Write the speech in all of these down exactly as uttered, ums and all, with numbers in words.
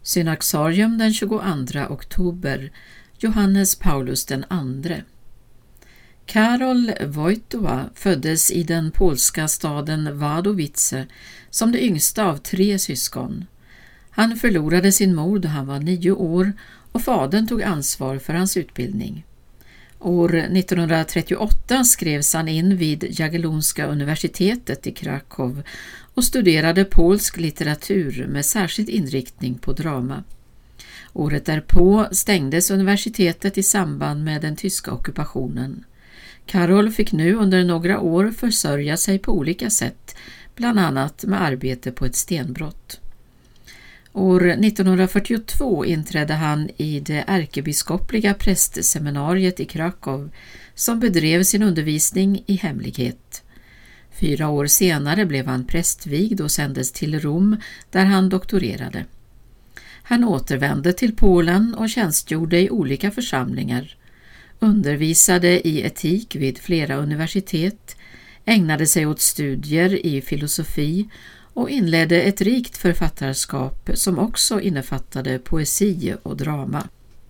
Synaxarium den tjugoandra oktober. Johannes Paulus den andre. Karol Wojtyła föddes i den polska staden Wadowice som det yngsta av tre syskon. Han förlorade sin mor då han var nio år och fadern tog ansvar för hans utbildning. År nittonhundratrettioåtta skrevs han in vid Jagiellonska universitetet i Krakow och studerade polsk litteratur med särskild inriktning på drama. Året därpå stängdes universitetet i samband med den tyska ockupationen. Karol fick nu under några år försörja sig på olika sätt, bland annat med arbete på ett stenbrott. År nittonhundrafyrtiotvå inträdde han i det ärkebiskopliga prästseminariet i Krakow som bedrev sin undervisning i hemlighet. Fyra år senare blev han prästvigd och sändes till Rom där han doktorerade. Han återvände till Polen och tjänstgjorde i olika församlingar, undervisade i etik vid flera universitet, ägnade sig åt studier i filosofi och inledde ett rikt författarskap som också innefattade poesi och drama.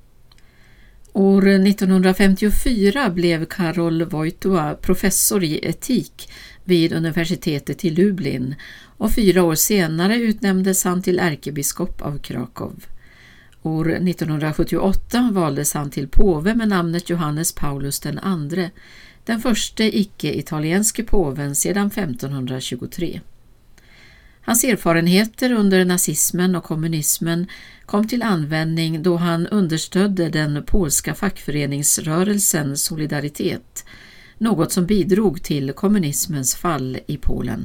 År nittonhundrafemtiofyra blev Karol Wojtyła professor i etik vid universitetet i Lublin och fyra år senare utnämndes han till ärkebiskop av Krakow. År nittonhundrasjuttioåtta valdes han till påve med namnet Johannes Paulus den andre, den första icke-italienske påven sedan femtonhundratjugotre. Hans erfarenheter under nazismen och kommunismen kom till användning då han understödde den polska fackföreningsrörelsen Solidaritet, något som bidrog till kommunismens fall i Polen.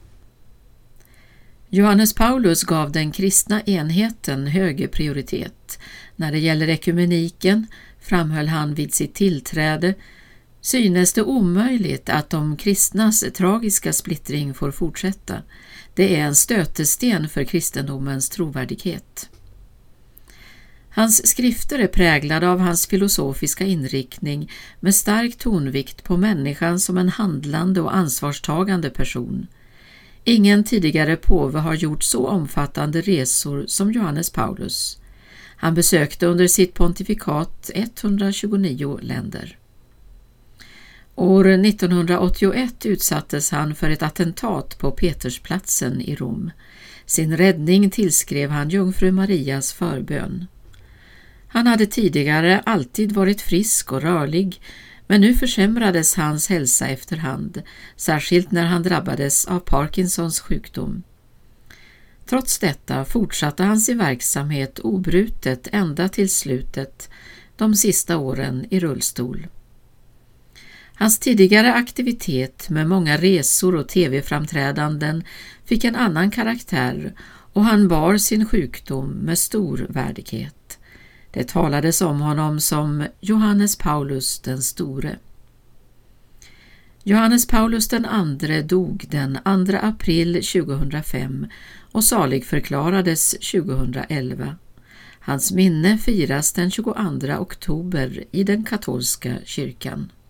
Johannes Paulus gav den kristna enheten hög prioritet. När det gäller ekumeniken, framhöll han vid sitt tillträde, synes det omöjligt att de kristnas tragiska splittring får fortsätta. Det är en stötesten för kristendomens trovärdighet. Hans skrifter är präglade av hans filosofiska inriktning med stark tonvikt på människan som en handlande och ansvarstagande person. Ingen tidigare påve har gjort så omfattande resor som Johannes Paulus. Han besökte under sitt pontifikat etthundratjugonio länder. År nittonhundraåttioett utsattes han för ett attentat på Petersplatsen i Rom. Sin räddning tillskrev han jungfru Marias förbön. Han hade tidigare alltid varit frisk och rörlig, men nu försämrades hans hälsa efterhand, särskilt när han drabbades av Parkinsons sjukdom. Trots detta fortsatte han sin verksamhet obrutet ända till slutet, de sista åren i rullstol. Hans tidigare aktivitet med många resor och tv-framträdanden fick en annan karaktär och han bar sin sjukdom med stor värdighet. Det talades om honom som Johannes Paulus den store. Johannes Paulus den andre dog den andra april tjugohundrafem och saligförklarades tjugohundraelva. Hans minne firas den tjugoandra oktober i den katolska kyrkan.